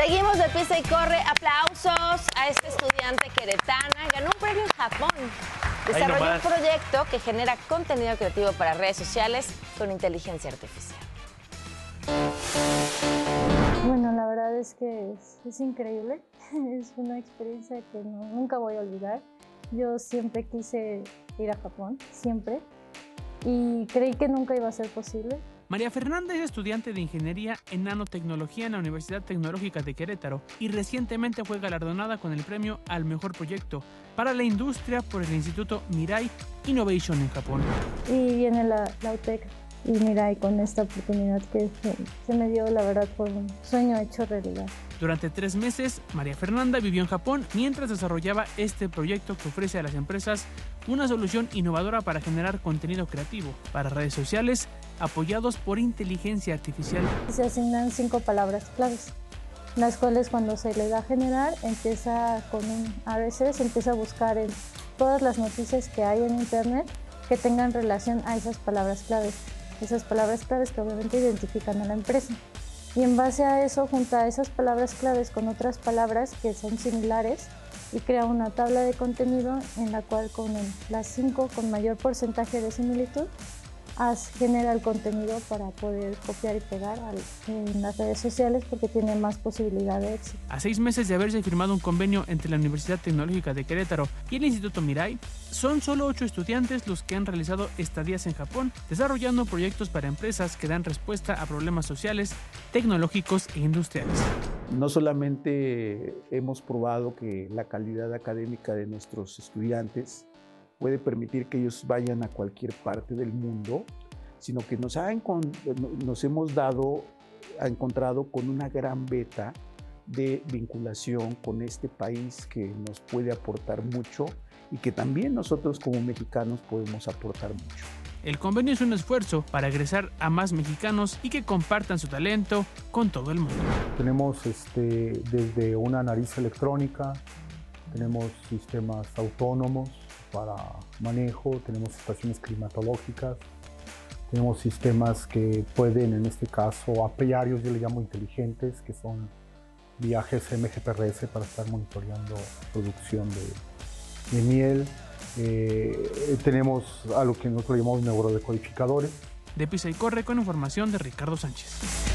Seguimos de Pisa y Corre. Aplausos a esta estudiante queretana. Ganó un premio en Japón. Desarrolló un proyecto que genera contenido creativo para redes sociales con inteligencia artificial. Bueno, la verdad es que es increíble. Es una experiencia que nunca voy a olvidar. Yo siempre quise ir a Japón, siempre. Y creí que nunca iba a ser posible. María Fernanda es estudiante de Ingeniería en Nanotecnología en la Universidad Tecnológica de Querétaro y recientemente fue galardonada con el premio al mejor proyecto para la industria por el Instituto Mirai Innovation en Japón. Y viene la UTEC y Mirai con esta oportunidad que se me dio, la verdad, por un sueño hecho realidad. Durante 3 meses, María Fernanda vivió en Japón mientras desarrollaba este proyecto que ofrece a las empresas una solución innovadora para generar contenido creativo para redes sociales apoyados por inteligencia artificial. Se asignan 5 palabras claves, las cuales cuando se le da a generar, empieza con un RSS, empieza a buscar en todas las noticias que hay en internet que tengan relación a esas palabras claves. Esas palabras claves que obviamente identifican a la empresa. Y en base a eso, junta esas palabras claves con otras palabras que son similares y crea una tabla de contenido en la cual con las 5 con mayor porcentaje de similitud genera el contenido para poder copiar y pegar en las redes sociales porque tiene más posibilidad de éxito. A 6 meses de haberse firmado un convenio entre la Universidad Tecnológica de Querétaro y el Instituto Mirai, son solo 8 estudiantes los que han realizado estadías en Japón, desarrollando proyectos para empresas que dan respuesta a problemas sociales, tecnológicos e industriales. No solamente hemos probado que la calidad académica de nuestros estudiantes puede permitir que ellos vayan a cualquier parte del mundo, sino que nos hemos encontrado con una gran beta de vinculación con este país que nos puede aportar mucho y que también nosotros como mexicanos podemos aportar mucho. El convenio es un esfuerzo para egresar a más mexicanos y que compartan su talento con todo el mundo. Tenemos desde una nariz electrónica, tenemos sistemas autónomos para manejo, tenemos estaciones climatológicas, tenemos sistemas que pueden, en este caso, apiarios, yo le llamo inteligentes, que son viajes MGPRS para estar monitoreando producción de miel. Tenemos a lo que nosotros llamamos neurodecodificadores. De Pisa y Corre con información de Ricardo Sánchez.